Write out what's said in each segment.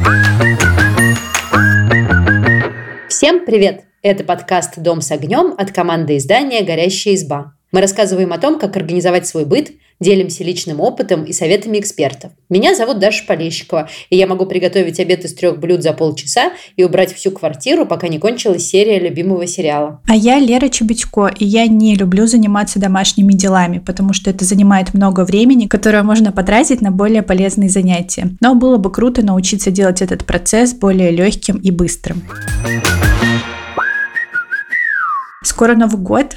Всем привет! Это подкаст «Дом с огнем» от команды издания «Горящая изба». Мы рассказываем о том, как организовать свой быт, делимся личным опытом и советами экспертов. Меня зовут Даша Полещикова, и я могу приготовить обед из 3 блюд за полчаса и убрать всю квартиру, пока не кончилась серия любимого сериала. А я Лера Чебедько, и я не люблю заниматься домашними делами, потому что это занимает много времени, которое можно потратить на более полезные занятия. Но было бы круто научиться делать этот процесс более легким и быстрым. Скоро Новый год,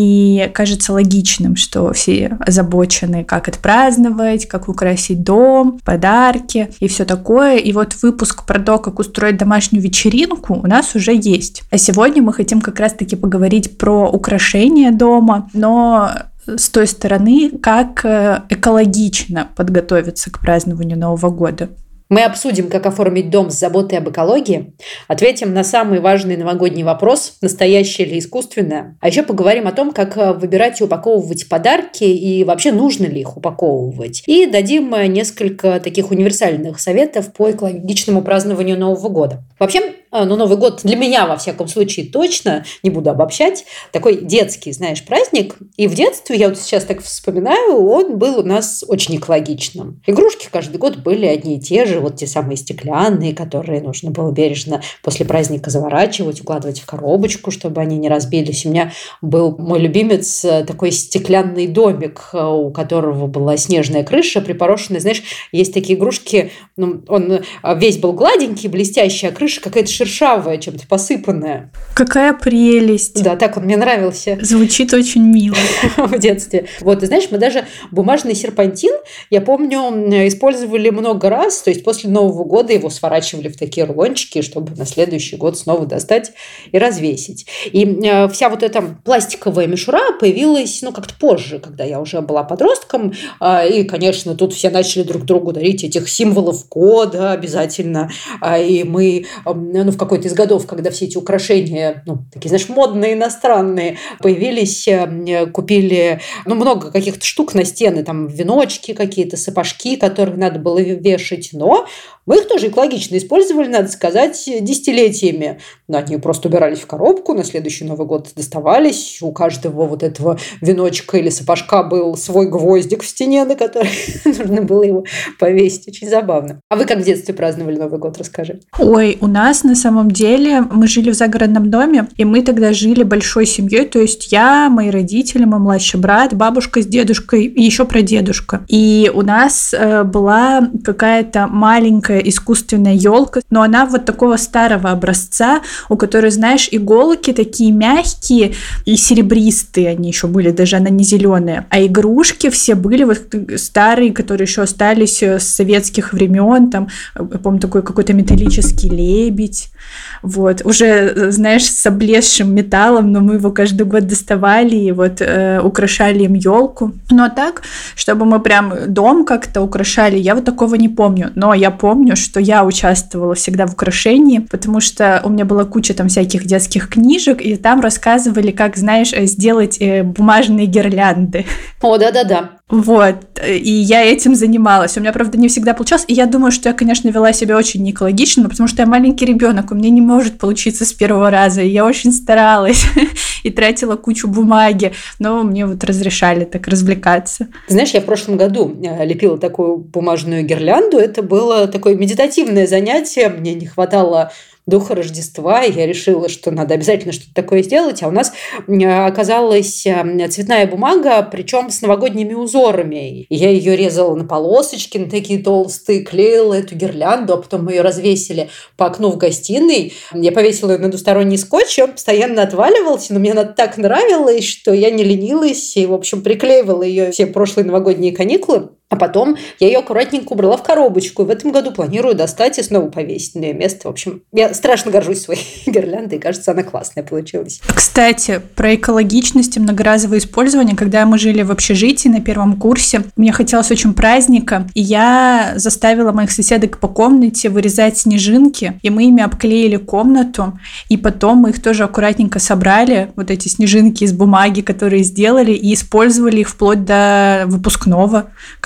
и кажется логичным, что все озабочены, как отпраздновать, как украсить дом, подарки и все такое. И вот выпуск про то, как устроить домашнюю вечеринку, у нас уже есть. А сегодня мы хотим как раз-таки поговорить про украшение дома, но с той стороны, как экологично подготовиться к празднованию Нового года. Мы обсудим, как оформить дом с заботой об экологии, ответим на самый важный новогодний вопрос, настоящее или искусственное, а еще поговорим о том, как выбирать и упаковывать подарки и вообще нужно ли их упаковывать. И дадим несколько таких универсальных советов по экологичному празднованию Нового года. Вообще, Новый год для меня, во всяком случае, точно, не буду обобщать, такой детский, знаешь, праздник. И в детстве, я вот сейчас так вспоминаю, он был у нас очень экологичным. Игрушки каждый год были одни и те же, вот те самые стеклянные, которые нужно было бережно после праздника заворачивать, укладывать в коробочку, чтобы они не разбились. У меня был мой любимец такой стеклянный домик, у которого была снежная крыша, припорошенная. Знаешь, есть такие игрушки, он весь был гладенький, блестящий, а крыша какая-то шершавая, чем-то посыпанная. Какая прелесть! Да, так он мне нравился. Звучит очень мило. В детстве. Вот, и знаешь, мы даже бумажный серпантин, я помню, использовали много раз, то есть после Нового года его сворачивали в такие рулончики, чтобы на следующий год снова достать и развесить. И вся вот эта пластиковая мишура появилась, как-то позже, когда я уже была подростком, и, конечно, тут все начали друг другу дарить этих символов кода обязательно, и мы, в какой-то из годов, когда все эти украшения, такие, знаешь, модные, иностранные, появились, купили, много каких-то штук на стены, там, веночки какие-то, сапожки, которые надо было вешать, но мы их тоже экологично использовали, надо сказать, десятилетиями. Они просто убирались в коробку, на следующий Новый год доставались. У каждого вот этого веночка или сапожка был свой гвоздик в стене, на который нужно было его повесить. Очень забавно. А вы как в детстве праздновали Новый год? Расскажи. Ой, у нас на самом деле мы жили в загородном доме, и мы тогда жили большой семьей, то есть я, мои родители, мой младший брат, бабушка с дедушкой и еще прадедушка. И у нас была какая-то маленькая искусственная елка, но она вот такого старого образца, у которой, знаешь, иголки такие мягкие и серебристые, они еще были, даже она не зеленая, а игрушки все были вот старые, которые еще остались с советских времен, там, я помню, такой какой-то металлический лебедь, вот, уже, знаешь, с облезшим металлом, но мы его каждый год доставали и вот украшали им елку. Но так, чтобы мы прям дом как-то украшали, я вот такого не помню, но я помню, что я участвовала всегда в украшении, потому что у меня была куча там всяких детских книжек, и там рассказывали, как, знаешь, сделать бумажные гирлянды. О, да-да-да. Вот, и я этим занималась. У меня, правда, не всегда получалось, и я думаю, что я, конечно, вела себя очень неэкологично, потому что я маленький ребенок, у меня не может получиться с первого раза, и я очень старалась и тратила кучу бумаги, но мне вот разрешали так развлекаться. Ты знаешь, я в прошлом году лепила такую бумажную гирлянду, это было такое медитативное занятие, мне не хватало духа Рождества, и я решила, что надо обязательно что-то такое сделать, а у нас оказалась цветная бумага, причем с новогодними узорами. И я ее резала на полосочки, на такие толстые, клеила эту гирлянду, а потом мы ее развесили по окну в гостиной. Я повесила ее на двусторонний скотч, и он постоянно отваливался, но мне она так нравилась, что я не ленилась и, в общем, приклеивала ее все прошлые новогодние каникулы. А потом я ее аккуратненько убрала в коробочку. И в этом году планирую достать и снова повесить на ее место. В общем, я страшно горжусь своей гирляндой. И, кажется, она классная получилась. Кстати, про экологичность и многоразовое использование. Когда мы жили в общежитии на первом курсе, мне хотелось очень праздника. И я заставила моих соседок по комнате вырезать снежинки. И мы ими обклеили комнату. И потом мы их тоже аккуратненько собрали. Вот эти снежинки из бумаги, которые сделали. И использовали их вплоть до выпускного.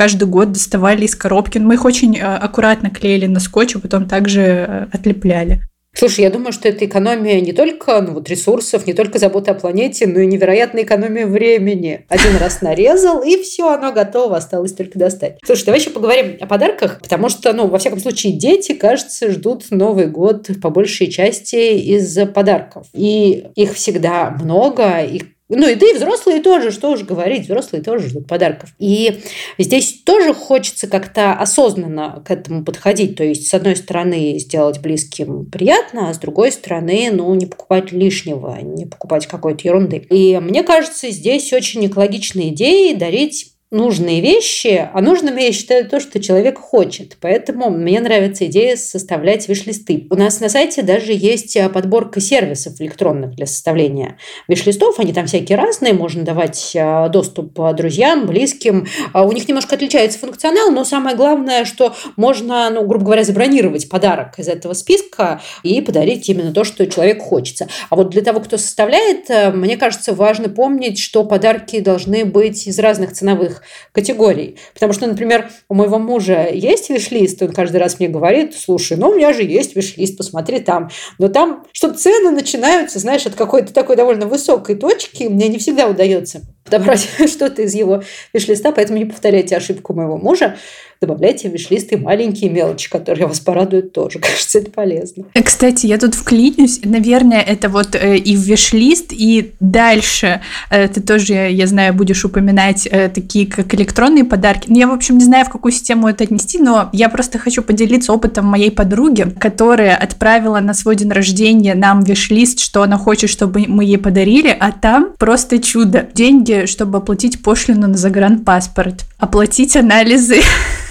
каждый год доставали из коробки. Мы их очень аккуратно клеили на скотч, а потом также отлепляли. Слушай, я думаю, что это экономия не только ресурсов, не только забота о планете, но и невероятная экономия времени. Один раз нарезал, и все, оно готово, осталось только достать. Слушай, давай еще поговорим о подарках, потому что, во всяком случае, дети, кажется, ждут Новый год по большей части из-за подарков. И их всегда много, да и взрослые тоже, что уж говорить, взрослые тоже ждут подарков. И здесь тоже хочется как-то осознанно к этому подходить. То есть, с одной стороны, сделать близким приятно, а с другой стороны, не покупать лишнего, не покупать какой-то ерунды. И мне кажется, здесь очень экологичная идея дарить нужные вещи, а нужными я считаю то, что человек хочет. Поэтому мне нравится идея составлять виш-листы. У нас на сайте даже есть подборка сервисов электронных для составления виш-листов. Они там всякие разные. Можно давать доступ друзьям, близким. У них немножко отличается функционал, но самое главное, что можно, грубо говоря, забронировать подарок из этого списка и подарить именно то, что человеку хочется. А вот для того, кто составляет, мне кажется, важно помнить, что подарки должны быть из разных ценовых категорий. Потому что, например, у моего мужа есть виш-лист, он каждый раз мне говорит: слушай, у меня же есть виш-лист, посмотри там. Но там что-то цены начинаются, знаешь, от какой-то такой довольно высокой точки. Мне не всегда удается подобрать что-то из его виш-листа, поэтому не повторяйте ошибку моего мужа. Добавляйте в виш-листы маленькие мелочи, которые вас порадуют тоже. Кажется, это полезно. Кстати, я тут вклинюсь. Наверное, это и в виш-лист, и дальше ты тоже, я знаю, будешь упоминать такие, как электронные подарки. Я, в общем, не знаю, в какую систему это отнести, но я просто хочу поделиться опытом моей подруги, которая отправила на свой день рождения нам виш-лист, что она хочет, чтобы мы ей подарили, а там просто чудо. Деньги, чтобы оплатить пошлину на загранпаспорт, оплатить анализы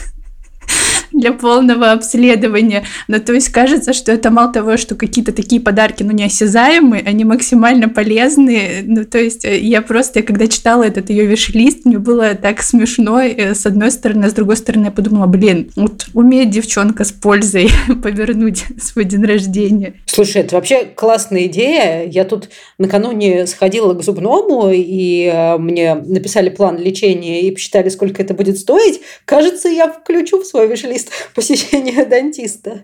для полного обследования. То есть кажется, что это мало того, что какие-то такие подарки, неосязаемые, они максимально полезные. То есть я когда читала этот ее виш-лист, мне было так смешно, с одной стороны, а с другой стороны я подумала, умеет девчонка с пользой повернуть свой день рождения. Слушай, это вообще классная идея. Я тут накануне сходила к зубному, и мне написали план лечения и посчитали, сколько это будет стоить. Кажется, я включу в свой виш-лист посещение дантиста.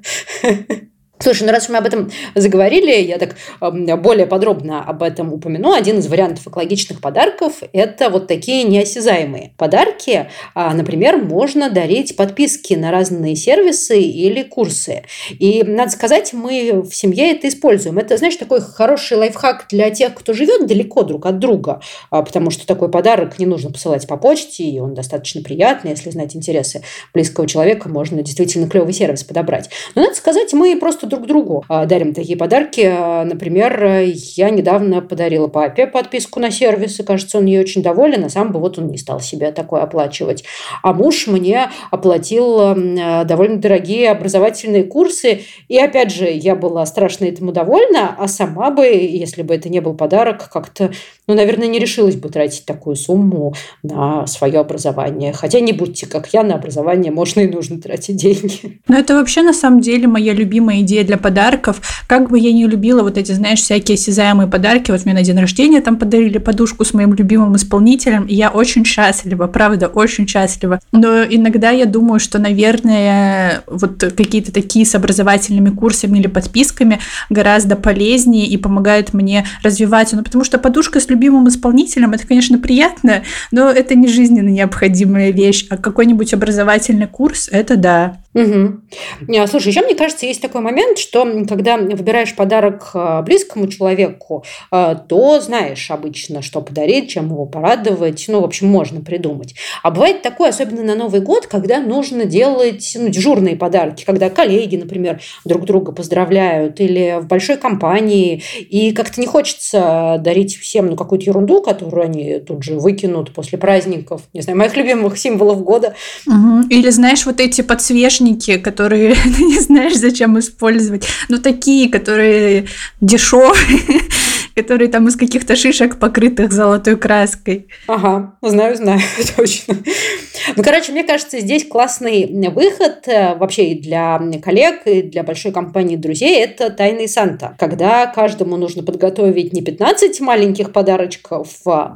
Слушай, раз мы об этом заговорили, я так более подробно об этом упомяну. Один из вариантов экологичных подарков – это такие неосязаемые подарки. Например, можно дарить подписки на разные сервисы или курсы. И, надо сказать, мы в семье это используем. Это, знаешь, такой хороший лайфхак для тех, кто живет далеко друг от друга, потому что такой подарок не нужно посылать по почте, и он достаточно приятный. Если знать интересы близкого человека, можно действительно клевый сервис подобрать. Но, надо сказать, мы просто друг другу дарим такие подарки. Например, я недавно подарила папе подписку на сервис, и, кажется, он ей очень доволен, а сам бы он не стал себе такое оплачивать. А муж мне оплатил довольно дорогие образовательные курсы, и, опять же, я была страшно этому довольна, а сама бы, если бы это не был подарок, как-то, наверное, не решилась бы тратить такую сумму на свое образование. Хотя не будьте как я, на образование можно и нужно тратить деньги. Это вообще, на самом деле, моя любимая идея для подарков. Как бы я не любила эти, знаешь, всякие осязаемые подарки. Мне на день рождения там подарили подушку с моим любимым исполнителем, и я очень счастлива, правда, очень счастлива. Но иногда я думаю, что, наверное, какие-то такие с образовательными курсами или подписками гораздо полезнее и помогают мне развиваться. Потому что подушка с любимым исполнителем, это, конечно, приятно, но это не жизненно необходимая вещь. А какой-нибудь образовательный курс, это да. Угу. Слушай, еще, мне кажется, есть такой момент, что когда выбираешь подарок близкому человеку, то знаешь обычно, что подарить, чем его порадовать. В общем, можно придумать. А бывает такое, особенно на Новый год, когда нужно делать дежурные подарки, когда коллеги, например, друг друга поздравляют, или в большой компании, и как-то не хочется дарить всем какую-то ерунду, которую они тут же выкинут после праздников, не знаю, моих любимых символов года. Угу. Или, знаешь, эти подсвечники, которые не знаешь, зачем использовать. Такие, которые дешевые, которые там из каких-то шишек, покрытых золотой краской. Ага, знаю, точно. Ну, короче, мне кажется, здесь классный выход вообще и для коллег, и для большой компании друзей – это «Тайный Санта», когда каждому нужно подготовить не 15 маленьких подарочков,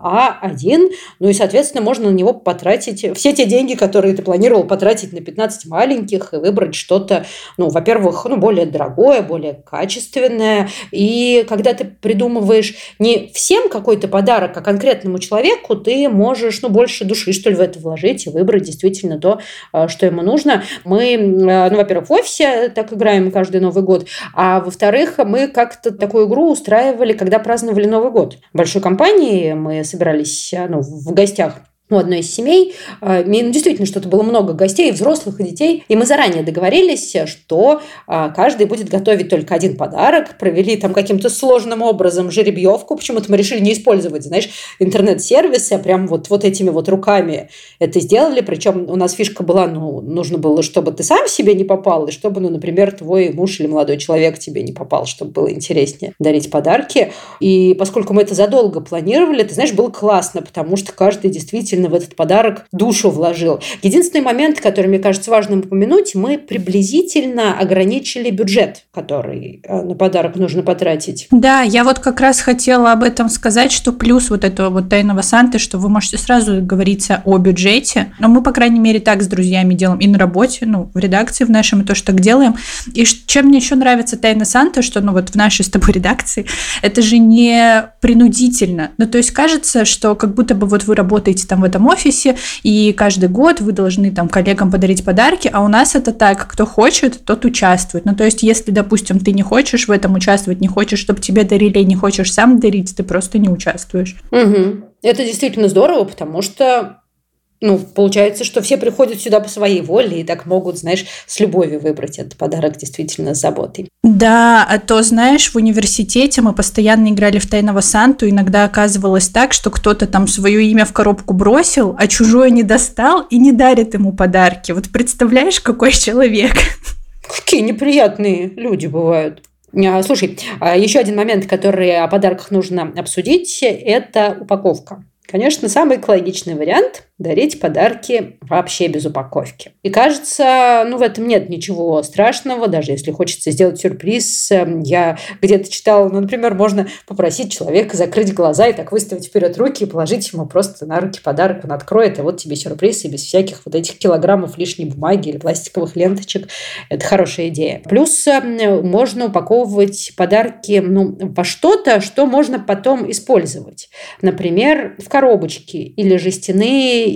а один. Ну и, соответственно, можно на него потратить все те деньги, которые ты планировал потратить на 15 маленьких, и выбрать что-то, ну, во-первых, более дорогое, более качественное. И когда ты придумываешь не всем какой-то подарок, а конкретному человеку, ты можешь, больше души, что ли, в это вложить и выбрать действительно то, что ему нужно. Мы, во-первых, в офисе так играем каждый Новый год, а во-вторых, мы как-то такую игру устраивали, когда праздновали Новый год. В большой компании мы собирались в гостях у одной из семей. Действительно, что-то было много гостей, взрослых и детей. И мы заранее договорились, что каждый будет готовить только один подарок. Провели там каким-то сложным образом жеребьевку. Почему-то мы решили не использовать, интернет-сервисы, а прям вот этими вот руками это сделали. Причем у нас фишка была, нужно было, чтобы ты сам себе не попал, и чтобы, например, твой муж или молодой человек тебе не попал, чтобы было интереснее дарить подарки. И поскольку мы это задолго планировали, ты знаешь, было классно, потому что каждый действительно в этот подарок душу вложил. Единственный момент, который, мне кажется, важным упомянуть, мы приблизительно ограничили бюджет, который на подарок нужно потратить. Да, я вот как раз хотела об этом сказать, что плюс вот этого вот «Тайного Санты», что вы можете сразу договориться о бюджете, но мы, по крайней мере, так с друзьями делаем и на работе, в редакции в нашей мы тоже так делаем. И чем мне еще нравится «Тайна Санты», что, в нашей с тобой редакции, это же не принудительно. То есть кажется, что как будто бы вот вы работаете там в этом офисе, и каждый год вы должны там коллегам подарить подарки, а у нас это так, кто хочет, тот участвует. То есть, если, допустим, ты не хочешь в этом участвовать, не хочешь, чтобы тебе дарили, и не хочешь сам дарить, ты просто не участвуешь. Угу. Это действительно здорово, потому что получается, что все приходят сюда по своей воле и так могут, с любовью выбрать этот подарок действительно с заботой. Да, а то, в университете мы постоянно играли в «Тайного Санту», иногда оказывалось так, что кто-то там свое имя в коробку бросил, а чужое не достал и не дарит ему подарки. Вот представляешь, какой человек? Какие неприятные люди бывают. Слушай, еще один момент, который о подарках нужно обсудить, это упаковка. Конечно, самый экологичный вариант – дарить подарки вообще без упаковки. И кажется, в этом нет ничего страшного, даже если хочется сделать сюрприз. Я где-то читала, например, можно попросить человека закрыть глаза и так выставить вперед руки и положить ему просто на руки подарок, он откроет, и вот тебе сюрприз, и без всяких вот этих килограммов лишней бумаги или пластиковых ленточек. Это хорошая идея. Плюс можно упаковывать подарки во что-то, что можно потом использовать. Например, в коробочки или жестяные,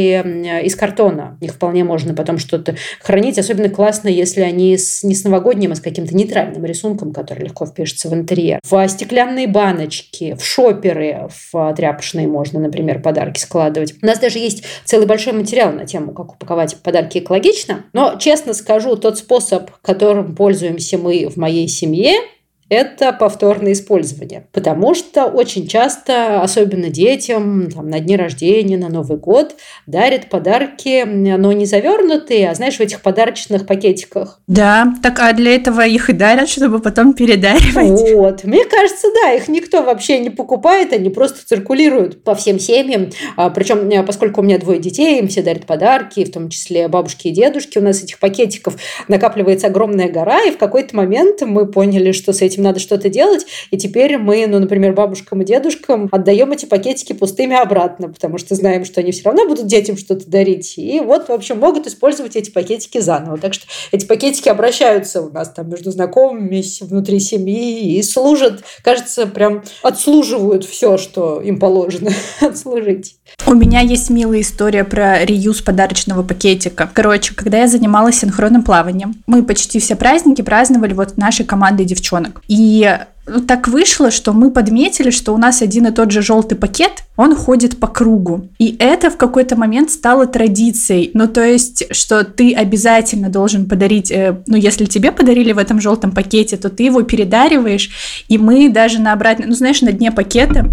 или из картона. Их вполне можно потом что-то хранить. Особенно классно, если они не с новогодним, а с каким-то нейтральным рисунком, который легко впишется в интерьер. В стеклянные баночки, в шоперы, в тряпочные можно, например, подарки складывать. У нас даже есть целый большой материал на тему, как упаковать подарки экологично. Но, честно скажу, тот способ, которым пользуемся мы в моей семье, это повторное использование. Потому что очень часто, особенно детям, на дни рождения, на Новый год, дарят подарки, но не завернутые, а, в этих подарочных пакетиках. Да, так а для этого их и дарят, чтобы потом передаривать. Вот. Мне кажется, да, их никто вообще не покупает, они просто циркулируют по всем семьям. Причем, поскольку у меня 2 детей, им все дарят подарки, в том числе бабушки и дедушки, у нас этих пакетиков накапливается огромная гора, и в какой-то момент мы поняли, что с этим надо что-то делать, и теперь мы, например, бабушкам и дедушкам отдаем эти пакетики пустыми обратно, потому что знаем, что они все равно будут детям что-то дарить, и вот, в общем, могут использовать эти пакетики заново. Так что эти пакетики обращаются у нас там между знакомыми, внутри семьи, и служат, кажется, прям отслуживают все, что им положено отслужить. У меня есть милая история про реюз подарочного пакетика. Короче, когда я занималась синхронным плаванием, мы почти все праздники праздновали вот нашей командой девчонок. И так вышло, что мы подметили, что у нас один и тот же желтый пакет, он ходит по кругу. И это в какой-то момент стало традицией. Ну, то есть, что ты обязательно должен подарить, если тебе подарили в этом желтом пакете, то ты его передариваешь, и мы даже на обратной, на дне пакета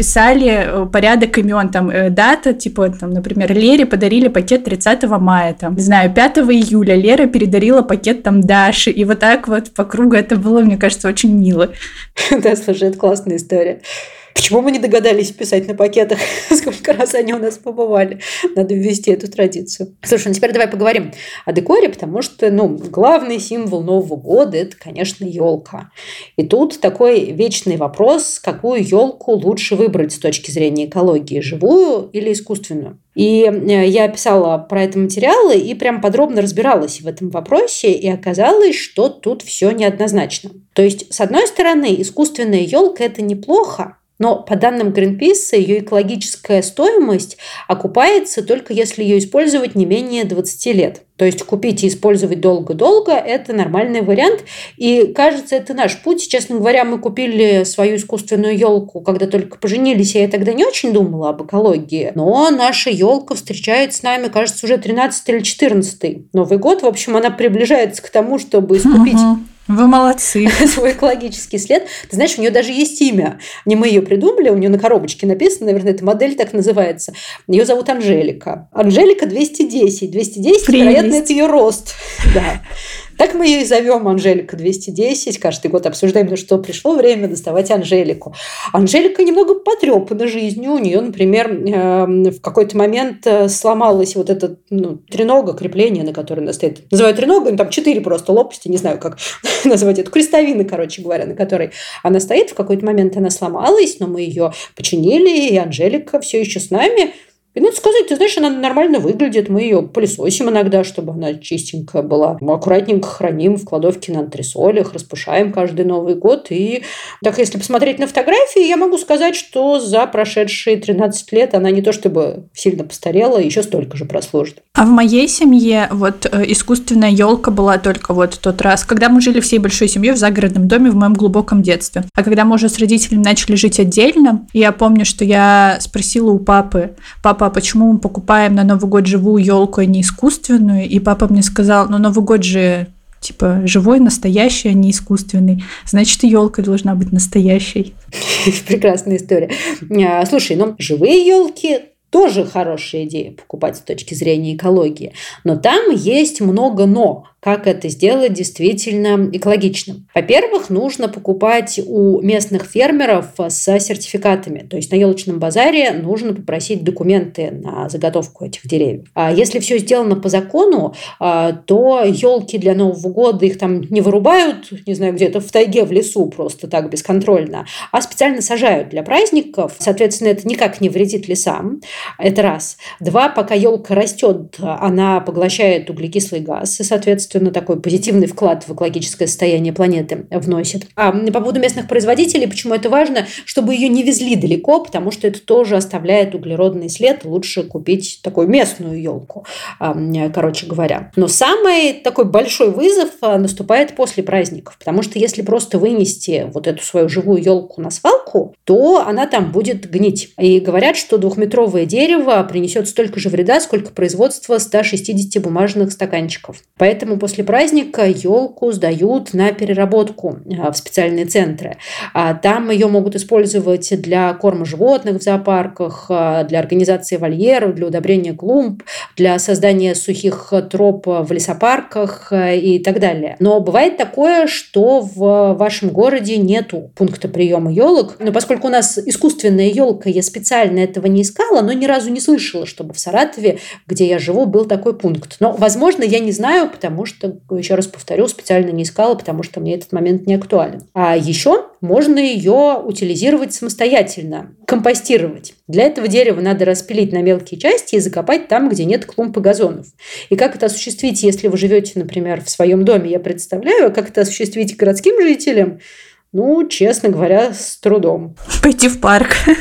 писали порядок имен, там, дата, типа, там, например, Лере подарили пакет 30 мая, там, не знаю, 5 июля Лера передарила пакет, там, Даше, и вот так вот по кругу это было, мне кажется, очень мило. Да, слушай, это классная история. Почему мы не догадались писать на пакетах, сколько раз они у нас побывали? Надо ввести эту традицию. Слушай, теперь давай поговорим о декоре, потому что, главный символ Нового года – это, конечно, елка. И тут такой вечный вопрос, какую елку лучше выбрать с точки зрения экологии, живую или искусственную? И я писала про это материалы и прям подробно разбиралась в этом вопросе, и оказалось, что тут все неоднозначно. То есть, с одной стороны, искусственная елка – это неплохо, но по данным Greenpeace ее экологическая стоимость окупается только если ее использовать не менее 20 лет. То есть купить и использовать долго-долго – это нормальный вариант. И кажется, это наш путь. Честно говоря, мы купили свою искусственную елку, когда только поженились. Я тогда не очень думала об экологии. Но наша елка встречает с нами, кажется, уже 13 или 14 Новый год. В общем, она приближается к тому, чтобы искупить Вы молодцы. свой экологический след. Ты знаешь, у нее даже есть имя. Не мы ее придумали, у нее на коробочке написано, наверное, эта модель так называется. Ее зовут Анжелика. Анжелика 210. 210, вероятно, это ее рост. Да. Так мы ее и зовем Анжелика 210. Каждый год обсуждаем, что пришло время доставать Анжелику. Анжелика немного потрепана жизнью. У нее, например, в какой-то момент сломалось вот это тренога, крепление, на которое она стоит. Называют треногой, там 4 просто лопасти, не знаю, как назвать это. Крестовина, короче говоря, на которой она стоит. В какой-то момент она сломалась, но мы ее починили, и Анжелика все еще с нами. И надо сказать, ты знаешь, она нормально выглядит. Мы ее пылесосим иногда, чтобы она чистенькая была. Мы аккуратненько храним в кладовке на антресолях, распушаем каждый Новый год. И так, если посмотреть на фотографии, я могу сказать, что за прошедшие 13 лет она не то чтобы сильно постарела, еще столько же прослужит. А в моей семье искусственная елка была только тот раз, когда мы жили всей большой семьей в загородном доме в моем глубоком детстве. А когда мы уже с родителями начали жить отдельно, я помню, что я спросила у папы: папа, а почему мы покупаем на Новый год живую елку, а не искусственную? И папа мне сказал: Новый год же живой, настоящий, а не искусственный. Значит, и елка должна быть настоящей. Прекрасная история. Слушай, живые елки тоже хорошая идея покупать с точки зрения экологии. Но там есть много «но». Как это сделать действительно экологичным? Во-первых, нужно покупать у местных фермеров с сертификатами. То есть на елочном базаре нужно попросить документы на заготовку этих деревьев. А если все сделано по закону, то елки для Нового года их там не вырубают, не знаю, где-то в тайге, в лесу просто так бесконтрольно, а специально сажают для праздников. Соответственно, это никак не вредит лесам. Это раз. Два, пока елка растет, она поглощает углекислый газ и, соответственно, такой позитивный вклад в экологическое состояние планеты вносит. А по поводу местных производителей, почему это важно? Чтобы ее не везли далеко, потому что это тоже оставляет углеродный след. Лучше купить такую местную елку, короче говоря. Но самый такой большой вызов наступает после праздников, потому что если просто вынести вот эту свою живую елку на свалку, то она там будет гнить. И говорят, что 2-метровое дерево принесет столько же вреда, сколько производство 160 бумажных стаканчиков. Поэтому после праздника елку сдают на переработку в специальные центры. Там ее могут использовать для корма животных в зоопарках, для организации вольеров, для удобрения клумб, для создания сухих троп в лесопарках и так далее. Но бывает такое, что в вашем городе нету пункта приема елок. Но поскольку у нас искусственная елка, я специально этого не искала, но ни разу не слышала, чтобы в Саратове, где я живу, был такой пункт. Но, возможно, я не знаю, потому что, еще раз повторю, специально не искала, потому что мне этот момент не актуален. А еще можно ее утилизировать самостоятельно, компостировать. Для этого дерево надо распилить на мелкие части и закопать там, где нет клумб и газонов. И как это осуществить, если вы живете, например, в своем доме, я представляю, как это осуществить городским жителям? Честно говоря, с трудом. Пойти в парк.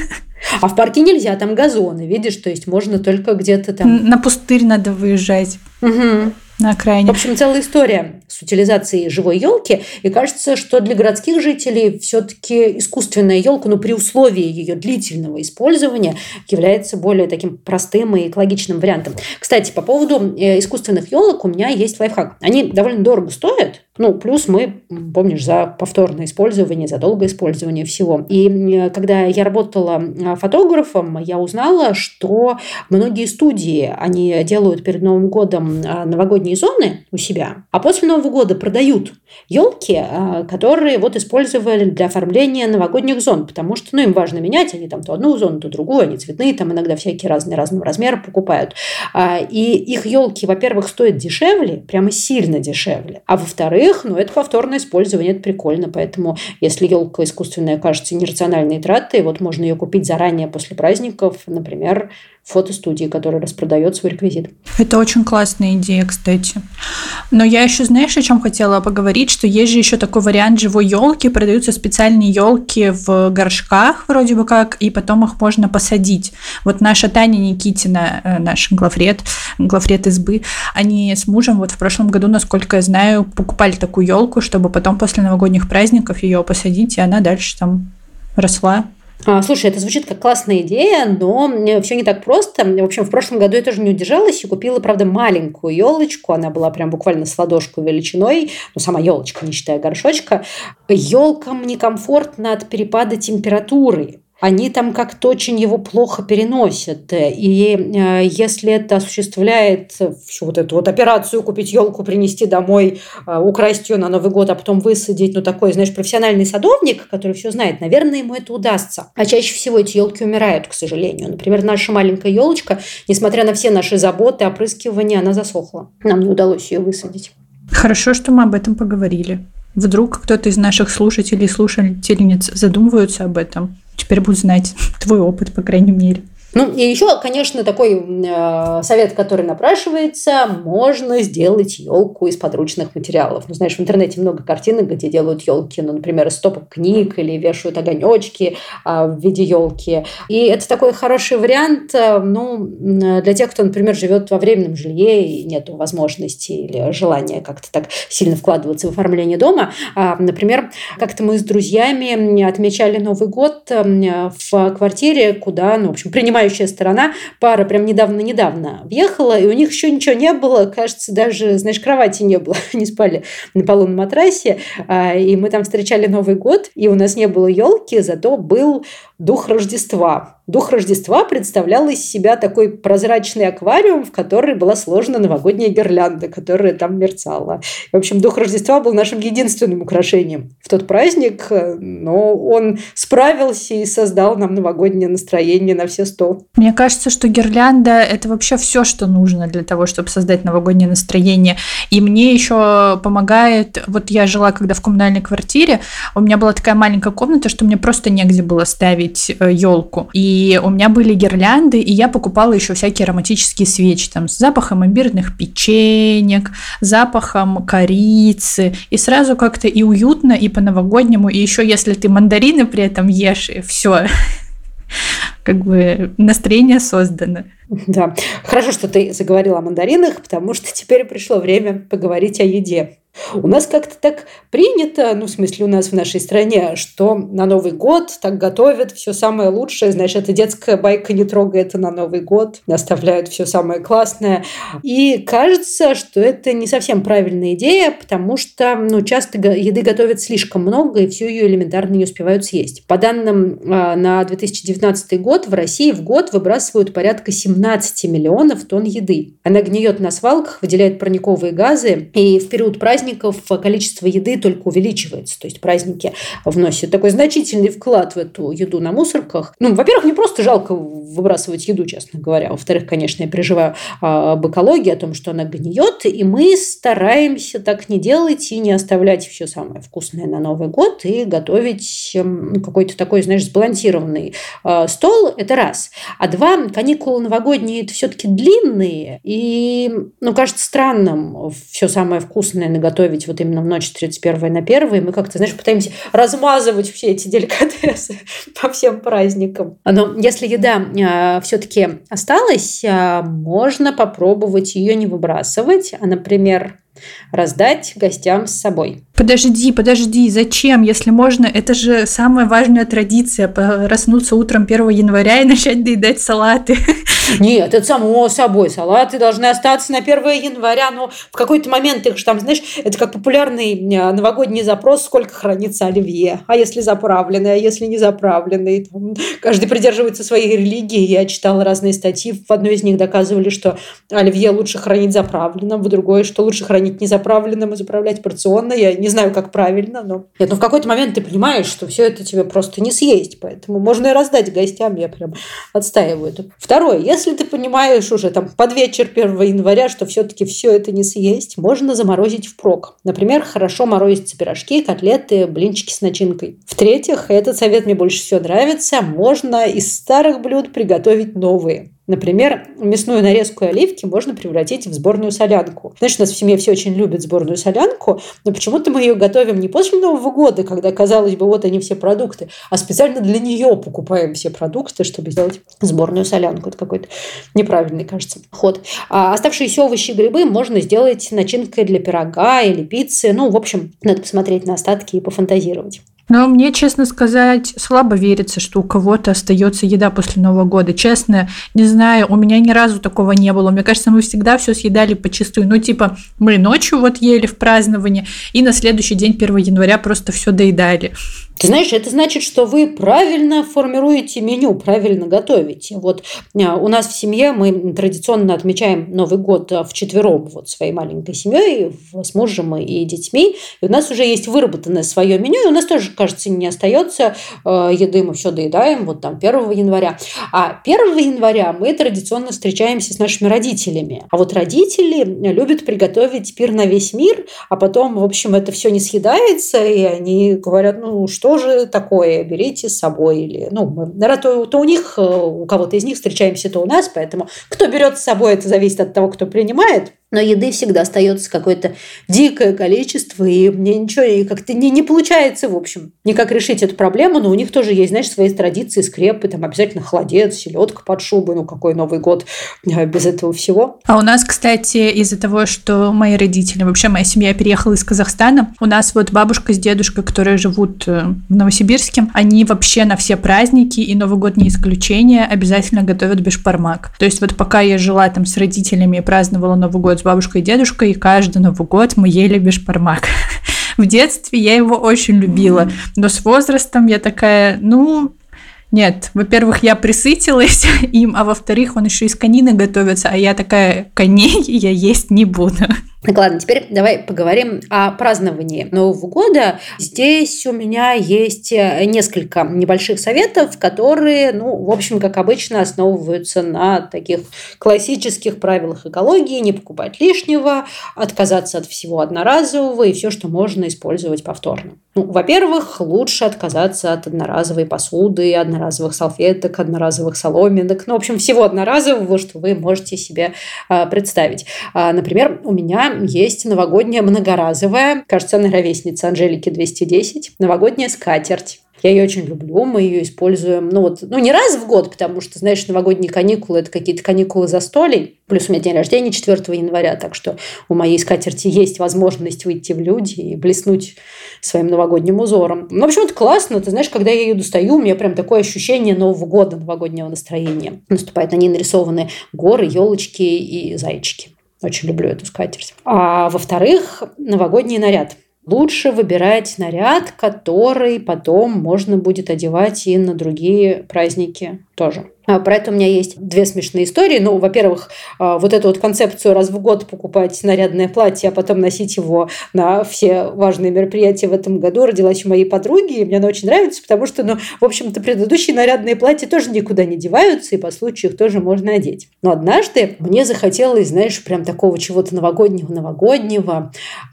А в парке нельзя, там газоны, видишь, то есть можно только где-то там... На пустырь надо выезжать. Угу. На окраине. В общем, целая история с утилизацией живой елки. И кажется, что для городских жителей все-таки искусственная елка, при условии ее длительного использования, является более таким простым и экологичным вариантом. Кстати, по поводу искусственных елок у меня есть лайфхак. Они довольно дорого стоят. Плюс мы, помнишь, за повторное использование, за долгое использование всего. И когда я работала фотографом, я узнала, что многие студии, они делают перед Новым годом новогодние зоны у себя, а после Нового года продают елки, которые использовали для оформления новогодних зон, потому что им важно менять, они там то одну зону, то другую, они цветные, там иногда всякие разного размера покупают. И их елки, во-первых, стоят дешевле, прямо сильно дешевле, а во-вторых, это повторное использование, это прикольно, поэтому если елка искусственная кажется нерациональной тратой, можно ее купить заранее после праздников, например, в фотостудии, которая распродает свой реквизит. Это очень классная идея, кстати. Но я еще, знаешь, о чем хотела поговорить, что есть же еще такой вариант живой елки, продаются специальные елки в горшках вроде бы как, и потом их можно посадить. Наша Таня Никитина, наш главред избы, они с мужем в прошлом году, насколько я знаю, покупали такую елку, чтобы потом после новогодних праздников ее посадить, и она дальше там росла. Слушай, это звучит как классная идея, но все не так просто. В общем, в прошлом году я тоже не удержалась и купила, правда, маленькую елочку. Она была прям буквально с ладошку величиной. Сама елочка, не считая горшочка. Елкам некомфортно от перепада температуры. Они там как-то очень его плохо переносят. И если это осуществляет всю эту операцию купить елку, принести домой, украсть ее на Новый год, а потом высадить, такой, профессиональный садовник, который все знает, наверное, ему это удастся. А чаще всего эти елки умирают, к сожалению. Например, наша маленькая елочка, несмотря на все наши заботы, опрыскивания, она засохла. Нам не удалось ее высадить. Хорошо, что мы об этом поговорили. Вдруг кто-то из наших слушателей и слушательниц задумываются об этом. Теперь будут знать твой опыт, по крайней мере. И еще, конечно, такой совет, который напрашивается, можно сделать елку из подручных материалов. В интернете много картинок, где делают елки, например, из стопок книг или вешают огонечки в виде елки. И это такой хороший вариант, для тех, кто, например, живет во временном жилье и нет возможности или желания как-то так сильно вкладываться в оформление дома. Например, как-то мы с друзьями отмечали Новый год в квартире, куда, принимающая сторона, пара прям недавно въехала, и у них еще ничего не было, кажется, даже, кровати не было, они спали на полу на матрасе, и мы там встречали Новый год, и у нас не было елки, зато был дух Рождества. Дух Рождества представлял из себя такой прозрачный аквариум, в который была сложена новогодняя гирлянда, которая там мерцала. В общем, дух Рождества был нашим единственным украшением в тот праздник, но он справился и создал нам новогоднее настроение на все 100. Мне кажется, что гирлянда – это вообще все, что нужно для того, чтобы создать новогоднее настроение. И мне еще помогает, я жила когда в коммунальной квартире, у меня была такая маленькая комната, что мне просто негде было ставить елку. И у меня были гирлянды, и я покупала еще всякие ароматические свечи там, с запахом имбирных печенек, запахом корицы. И сразу как-то и уютно, и по-новогоднему. И еще если ты мандарины при этом ешь, и все, настроение создано. Да, хорошо, что ты заговорила о мандаринах, потому что теперь пришло время поговорить о еде. У нас как-то так принято, у нас в нашей стране, что на Новый год так готовят все самое лучшее. Это детская байка «Не трогай это на Новый год», оставляют все самое классное. И кажется, что это не совсем правильная идея, потому что часто еды готовят слишком много, и всю ее элементарно не успевают съесть. По данным на 2019 год в России в год выбрасывают порядка 17 миллионов тонн еды. Она гниет на свалках, выделяет парниковые газы, и в период праздников количество еды только увеличивается. То есть праздники вносят такой значительный вклад в эту еду на мусорках. Во-первых, не просто жалко выбрасывать еду, честно говоря. Во-вторых, конечно, я переживаю об экологии, о том, что она гниет, и мы стараемся так не делать и не оставлять все самое вкусное на Новый год и готовить какой-то такой, сбалансированный стол. Это раз. А два, каникулы новогодние – это все-таки длинные, и, кажется странным все самое вкусное наготовить готовить вот именно в ночь с 31 на 1, и мы как-то, знаешь, пытаемся размазывать все эти деликатесы по всем праздникам. Но если еда все-таки осталась, можно попробовать ее не выбрасывать, а, например, раздать гостям с собой. Подожди, зачем? Если можно, это же самая важная традиция, проснуться утром 1 января и начать доедать салаты. Нет, это само собой. Салаты должны остаться на 1 января, но в какой-то момент их же там, знаешь, это как популярный новогодний запрос, сколько хранится оливье, а если заправленный, а если не заправленный. Там, каждый придерживается своей религии. Я читала разные статьи, в одной из них доказывали, что оливье лучше хранить заправленным, в другой, что лучше хранить незаправленным и заправлять порционно. Я не знаю, как правильно, но... Нет, в какой-то момент ты понимаешь, что все это тебе просто не съесть, поэтому можно и раздать гостям, я прям отстаиваю это. Второе, если ты понимаешь уже там под вечер 1 января, что все-таки все это не съесть, можно заморозить впрок. Например, хорошо морозятся пирожки, котлеты, блинчики с начинкой. В-третьих, этот совет мне больше всего нравится, можно из старых блюд приготовить новые. Например, мясную нарезку и оливки можно превратить в сборную солянку. Знаешь, у нас в семье все очень любят сборную солянку, но почему-то мы ее готовим не после Нового года, когда, казалось бы, вот они все продукты, а специально для нее покупаем все продукты, чтобы сделать сборную солянку. Это какой-то неправильный, кажется, ход. А оставшиеся овощи и грибы можно сделать начинкой для пирога или пиццы. Ну, в общем, надо посмотреть на остатки и пофантазировать. Но мне, честно сказать, слабо верится, что у кого-то остается еда после Нового года. Честно, не знаю, у меня ни разу такого не было. Мне кажется, мы всегда все съедали почистую. Ну, типа, мы ночью вот ели в праздновании, и на следующий день, 1 января, просто все доедали. Ты знаешь, это значит, что вы правильно формируете меню, правильно готовите. Вот у нас в семье мы традиционно отмечаем Новый год вчетвером вот своей маленькой семьей, с мужем и детьми. И у нас уже есть выработанное свое меню, и у нас тоже, кажется, не остается еды, мы все доедаем вот там 1 января. А 1 января мы традиционно встречаемся с нашими родителями. А вот родители любят приготовить пир на весь мир, а потом, в общем, это все не съедается, и они говорят, ну, что же такое, берите с собой. Или, ну, мы то у них, у кого-то из них встречаемся, то у нас, поэтому кто берет с собой, это зависит от того, кто принимает. Но еды всегда остается какое-то дикое количество, и мне ничего как-то не получается, в общем, никак решить эту проблему, но у них тоже есть, знаешь, свои традиции, скрепы, там обязательно холодец, селедка под шубой, ну какой Новый год без этого всего. А у нас, кстати, из-за того, что мои родители, вообще моя семья переехала из Казахстана, у нас вот бабушка с дедушкой, которые живут в Новосибирске, они вообще на все праздники, и Новый год не исключение, обязательно готовят бешбармак. То есть вот пока я жила там с родителями и праздновала Новый год с бабушкой и дедушкой, и каждый Новый год мы ели бешбармак. В детстве я его очень любила, но с возрастом я такая, нет, во-первых, я присытилась им, а во-вторых, он еще из конины готовится, а я такая, коней я есть не буду. Так, ладно, теперь давай поговорим о праздновании Нового года. Здесь у меня есть несколько небольших советов, которые, в общем, как обычно, основываются на таких классических правилах экологии: не покупать лишнего, отказаться от всего одноразового и все, что можно использовать повторно. Во-первых, лучше отказаться от одноразовой посуды, одноразовых салфеток, одноразовых соломинок, в общем, всего одноразового, что вы можете себе представить. Например, у меня есть новогодняя многоразовая, кажется, она ровесница Анжелики 210, новогодняя скатерть. Я ее очень люблю, мы ее используем, не раз в год, потому что, знаешь, новогодние каникулы – это какие-то каникулы застолий. Плюс у меня день рождения 4 января, так что у моей скатерти есть возможность выйти в люди и блеснуть своим новогодним узором. В общем, это классно. Ты знаешь, когда я ее достаю, у меня прям такое ощущение Нового года, новогоднего настроения. Наступает, на ней нарисованы горы, елочки и зайчики. Очень люблю эту скатерть. А во-вторых, новогодний наряд. Лучше выбирать наряд, который потом можно будет одевать и на другие праздники тоже. Про это у меня есть две смешные истории. Во-первых, вот эту вот концепцию раз в год покупать нарядное платье, а потом носить его на все важные мероприятия в этом году родилась у моей подруги, и мне она очень нравится, потому что, в общем-то, предыдущие нарядные платья тоже никуда не деваются, и по случаю их тоже можно одеть. Но однажды мне захотелось, знаешь, прям такого чего-то новогоднего,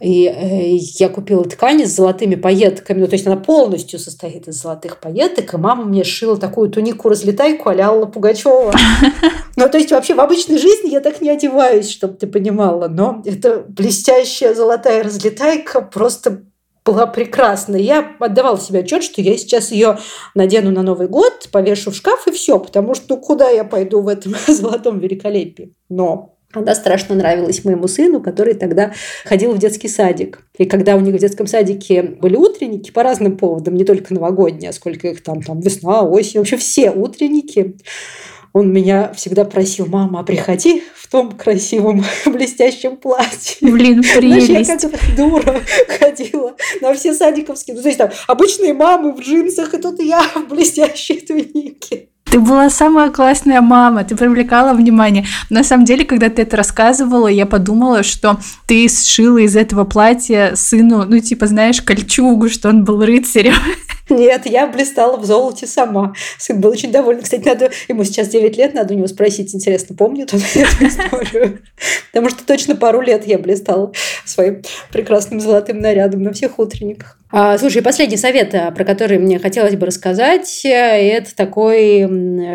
и я купила ткань с золотыми пайетками, то есть она полностью состоит из золотых пайеток, и мама мне сшила такую тунику разлетающуюся, разлетайку а-ля Алла Пугачева. Ну, то есть вообще в обычной жизни я так не одеваюсь, чтобы ты понимала, но это блестящая золотая разлетайка просто была прекрасна. Я отдавала себе отчет, что я сейчас ее надену на Новый год, повешу в шкаф и все, потому что куда я пойду в этом золотом великолепии? Но она страшно нравилась моему сыну, который тогда ходил в детский садик. И когда у них в детском садике были утренники по разным поводам, не только новогодние, а сколько их там весна, осень, вообще все утренники, он меня всегда просил: мама, а приходи в том красивом блестящем платье. Блин, прелесть. Знаешь, я как дура ходила на все садиковские. Ну, то есть там обычные мамы в джинсах, и тут я в блестящей тунике. Ты была самая классная мама, ты привлекала внимание. На самом деле, когда ты это рассказывала, я подумала, что ты сшила из этого платья сыну, ну, типа, знаешь, кольчугу, что он был рыцарем. Нет, я блистала в золоте сама. Сын был очень доволен. Кстати, ему сейчас 9 лет, надо у него спросить, интересно, помнит он эту историю? Потому что точно пару лет я блистала своим прекрасным золотым нарядом на всех утренниках. Слушай, последний совет, про который мне хотелось бы рассказать, это такой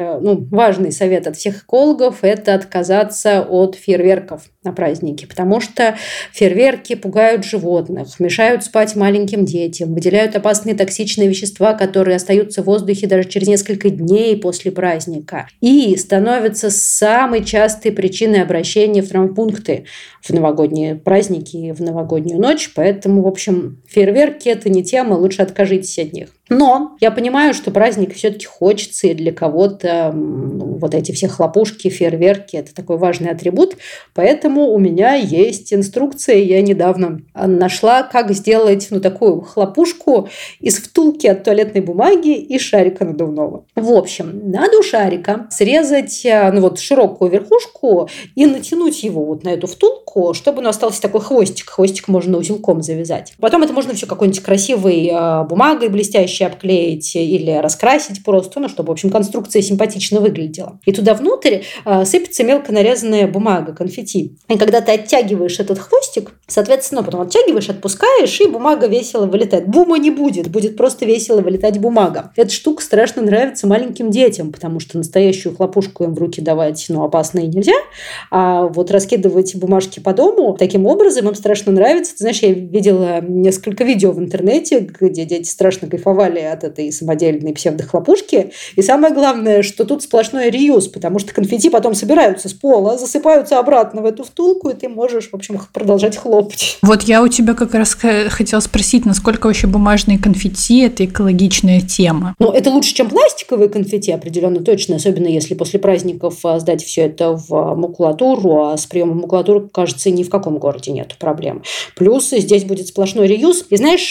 важный совет от всех экологов, это отказаться от фейерверков на праздники, потому что фейерверки пугают животных, мешают спать маленьким детям, выделяют опасные токсичные вещества, которые остаются в воздухе даже через несколько дней после праздника, и становятся самой частой причиной обращения в травмпункты в новогодние праздники, в новогоднюю ночь. Поэтому, в общем, фейерверки – это не тема, лучше откажитесь от них. Но я понимаю, что праздник все-таки хочется, и для кого-то вот эти все хлопушки, фейерверки – это такой важный атрибут. Поэтому у меня есть инструкция. Я недавно нашла, как сделать такую хлопушку из втулки от туалетной бумаги и шарика надувного. В общем, надо у шарика срезать широкую верхушку и натянуть его вот на эту втулку, чтобы остался такой хвостик. Хвостик можно узелком завязать. Потом это можно все какой-нибудь красивой бумагой блестящей обклеить или раскрасить просто, чтобы, в общем, конструкция симпатично выглядела. И туда внутрь сыпется мелко нарезанная бумага, конфетти. И когда ты оттягиваешь этот хвостик, соответственно, потом оттягиваешь, отпускаешь, и бумага весело вылетает. Бума не будет просто весело вылетать бумага. Эта штука страшно нравится маленьким детям, потому что настоящую хлопушку им в руки давать, опасно и нельзя, а вот раскидывать бумажки по дому таким образом им страшно нравится. Ты знаешь, я видела несколько видео в интернете, где дети страшно кайфовали от этой самодельной псевдохлопушки. И самое главное, что тут сплошной реюз, потому что конфетти потом собираются с пола, засыпаются обратно в эту втулку, и ты можешь, в общем, продолжать хлопать. Вот я у тебя как раз хотела спросить, насколько вообще бумажные конфетти – это экологичная тема? Это лучше, чем пластиковые конфетти, определенно точно, особенно если после праздников сдать все это в макулатуру, а с приемом макулатуры, кажется, ни в каком городе нет проблем. Плюс здесь будет сплошной реюз. И знаешь,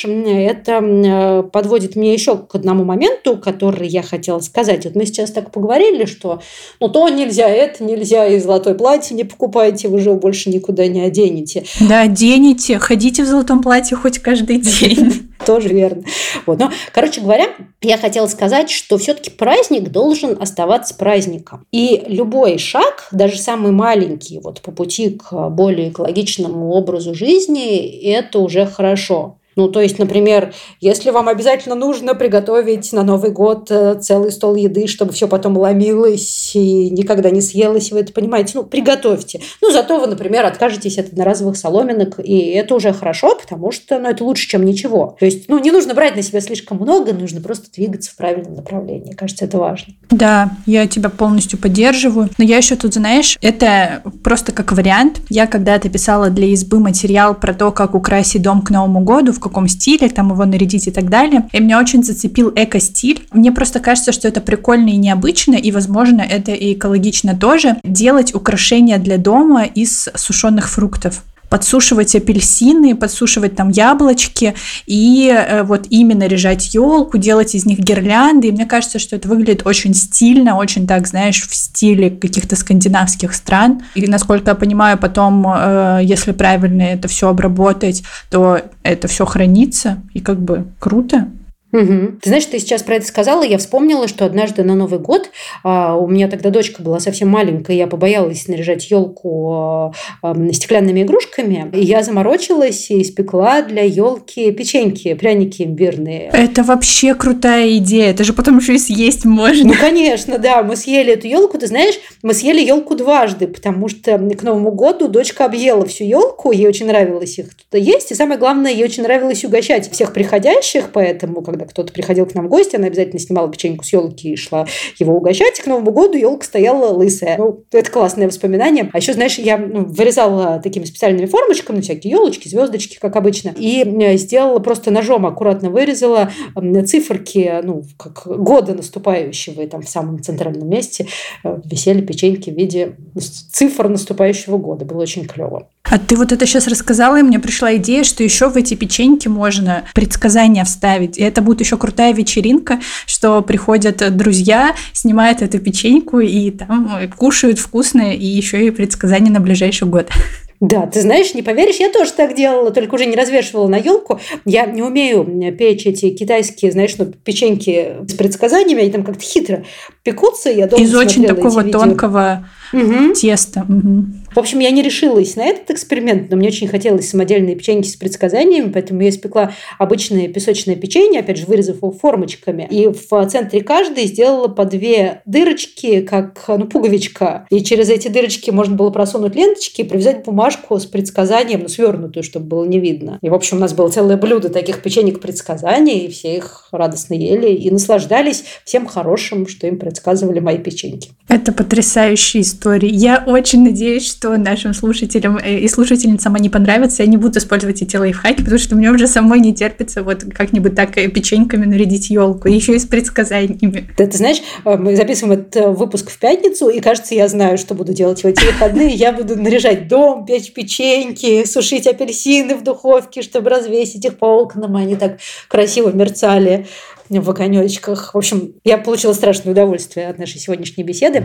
это подводит меня еще к одному моменту, который я хотела сказать. Вот мы сейчас так поговорили, что то нельзя, это нельзя, и золотое платье не покупайте, вы же его больше никуда не оденете. Да, оденете, ходите в золотом платье хоть каждый день. Тоже верно. Но, короче говоря, я хотела сказать, что все-таки праздник должен оставаться праздником. И любой шаг, даже самый маленький, по пути к более экологичному образу жизни, это уже хорошо. То есть, например, если вам обязательно нужно приготовить на Новый год целый стол еды, чтобы все потом ломилось и никогда не съелось, вы это понимаете, приготовьте. Зато вы, например, откажетесь от одноразовых соломинок, и это уже хорошо, потому что это лучше, чем ничего. То есть, не нужно брать на себя слишком много, нужно просто двигаться в правильном направлении. Кажется, это важно. Да, я тебя полностью поддерживаю. Но я еще тут, знаешь, это просто как вариант. Я когда-то писала для избы материал про то, как украсить дом к Новому году, в каком стиле, там его нарядить и так далее. И меня очень зацепил эко-стиль. Мне просто кажется, что это прикольно и необычно, и, возможно, это и экологично тоже. Делать украшения для дома из сушеных фруктов. Подсушивать апельсины, подсушивать там яблочки и ими наряжать елку, делать из них гирлянды. И мне кажется, что это выглядит очень стильно, очень так, знаешь, в стиле каких-то скандинавских стран. И, насколько я понимаю, потом, если правильно это все обработать, то это все хранится, и круто. Угу. Ты знаешь, ты сейчас про это сказала, я вспомнила, что однажды на Новый год у меня тогда дочка была совсем маленькая, я побоялась наряжать елку стеклянными игрушками, и я заморочилась и испекла для елки печеньки, пряники имбирные. Это вообще крутая идея, это же потом еще и съесть можно. Ну, конечно, да, мы съели эту елку, ты знаешь, мы съели елку дважды, потому что к Новому году дочка объела всю елку, ей очень нравилось их туда есть, и самое главное, ей очень нравилось угощать всех приходящих, поэтому, когда кто-то приходил к нам в гости, она обязательно снимала печеньку с елки и шла его угощать, и к Новому году елка стояла лысая. Ну, это классное воспоминание. А еще, знаешь, я вырезала такими специальными формочками всякие елочки, звездочки, как обычно, и сделала просто ножом, аккуратно вырезала циферки, как года наступающего, и там в самом центральном месте висели печеньки в виде цифр наступающего года. Было очень клево. А ты вот это сейчас рассказала, и мне пришла идея, что еще в эти печеньки можно предсказания вставить. И это будет еще крутая вечеринка, что приходят друзья, снимают эту печеньку и там кушают вкусное, и еще и предсказания на ближайший год. Да, ты знаешь, не поверишь, я тоже так делала, только уже не развешивала на елку. Я не умею печь эти китайские, знаешь, печеньки с предсказаниями, они там как-то хитро пекутся. Я из очень такого тонкого теста. Угу. В общем, я не решилась на этот эксперимент, но мне очень хотелось самодельные печеньки с предсказаниями, поэтому я испекла обычное песочное печенье, опять же, вырезав его формочками, и в центре каждой сделала по 2 дырочки, как пуговичка, и через эти дырочки можно было просунуть ленточки и привязать бумажку с предсказанием, свернутую, чтобы было не видно. И, в общем, у нас было целое блюдо таких печенек предсказаний, и все их радостно ели и наслаждались всем хорошим, что им предсказывали мои печеньки. Это потрясающая история. Я очень надеюсь, что нашим слушателям и слушательницам они понравятся, и они будут использовать эти лайфхаки, потому что мне уже самой не терпится вот как-нибудь так печеньками нарядить елку, еще и с предсказаниями. Да, ты знаешь, мы записываем этот выпуск в пятницу, и, кажется, я знаю, что буду делать в эти выходные. Я буду наряжать дом, печь печеньки, сушить апельсины в духовке, чтобы развесить их по окнам, и они так красиво мерцали в огонечках. В общем, я получила страшное удовольствие от нашей сегодняшней беседы.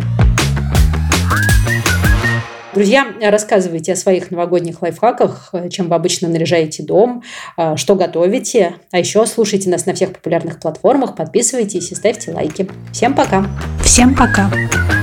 Друзья, рассказывайте о своих новогодних лайфхаках, чем вы обычно наряжаете дом, что готовите. А еще слушайте нас на всех популярных платформах, подписывайтесь и ставьте лайки. Всем пока! Всем пока!